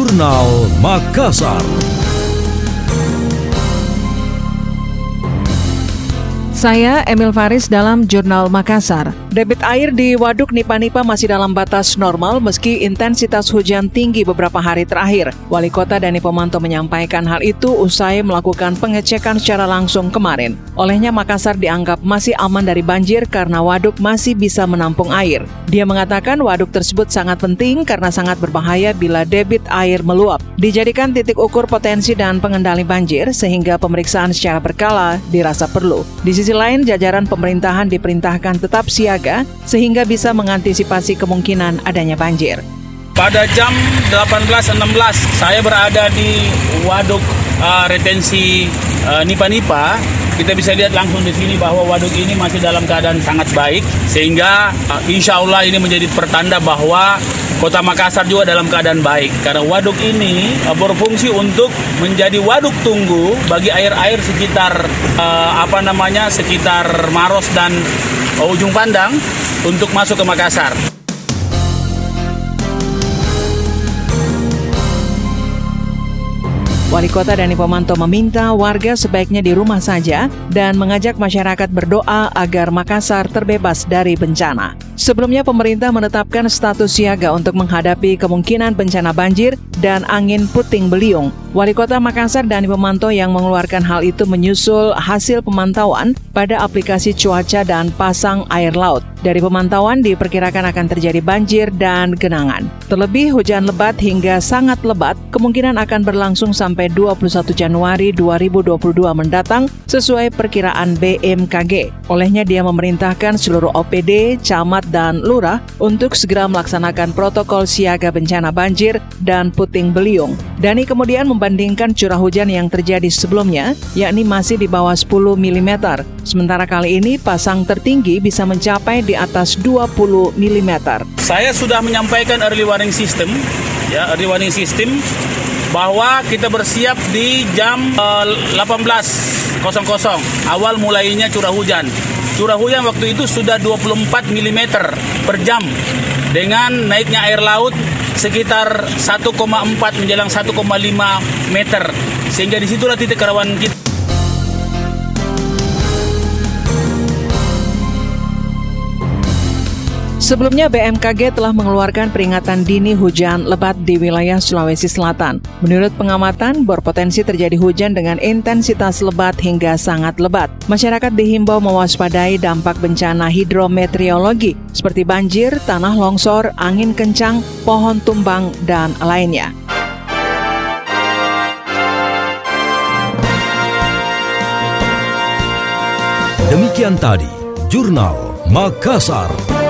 Jurnal Makassar. Saya Emil Faris dalam Jurnal Makassar. Debit air di Waduk Nipa-Nipa masih dalam batas normal meski intensitas hujan tinggi beberapa hari terakhir. Wali Kota Dani Pomanto menyampaikan hal itu usai melakukan pengecekan secara langsung kemarin. Olehnya Makassar dianggap masih aman dari banjir karena waduk masih bisa menampung air. Dia mengatakan waduk tersebut sangat penting karena sangat berbahaya bila debit air meluap. Dijadikan titik ukur potensi dan pengendali banjir sehingga pemeriksaan secara berkala dirasa perlu. Di sisi lain, jajaran pemerintahan diperintahkan tetap siaga sehingga bisa mengantisipasi kemungkinan adanya banjir. Pada jam 18.16 saya berada di waduk retensi Nipa-Nipa. Kita bisa lihat langsung di sini bahwa waduk ini masih dalam keadaan sangat baik, sehingga insya Allah ini menjadi pertanda bahwa Kota Makassar juga dalam keadaan baik. Karena waduk ini berfungsi untuk menjadi waduk tunggu bagi air-air sekitar sekitar Maros dan Ujung Pandang untuk masuk ke Makassar. Wali Kota Dani Pomanto meminta warga sebaiknya di rumah saja dan mengajak masyarakat berdoa agar Makassar terbebas dari bencana. Sebelumnya pemerintah menetapkan status siaga untuk menghadapi kemungkinan bencana banjir dan angin puting beliung. Wali Kota Makassar Dani Pomanto yang mengeluarkan hal itu menyusul hasil pemantauan pada aplikasi cuaca dan pasang air laut. Dari pemantauan diperkirakan akan terjadi banjir dan genangan. Terlebih hujan lebat hingga sangat lebat kemungkinan akan berlangsung sampai 21 Januari 2022 mendatang sesuai perkiraan BMKG. Olehnya dia memerintahkan seluruh OPD, camat dan lurah untuk segera melaksanakan protokol siaga bencana banjir dan puting beliung. Dani kemudian membandingkan curah hujan yang terjadi sebelumnya, yakni masih di bawah 10 mm. Sementara kali ini pasang tertinggi bisa mencapai di atas 20 mm. Saya sudah menyampaikan early warning system, bahwa kita bersiap di jam 18.00 awal mulainya curah hujan. Curah hujan waktu itu sudah 24 mm per jam dengan naiknya air laut sekitar 1,4 menjelang 1,5 meter. Sehingga disitulah titik kerawanan kita. Sebelumnya BMKG telah mengeluarkan peringatan dini hujan lebat di wilayah Sulawesi Selatan. Menurut pengamatan, berpotensi terjadi hujan dengan intensitas lebat hingga sangat lebat. Masyarakat dihimbau mewaspadai dampak bencana hidrometeorologi seperti banjir, tanah longsor, angin kencang, pohon tumbang, dan lainnya. Demikian tadi Jurnal Makassar.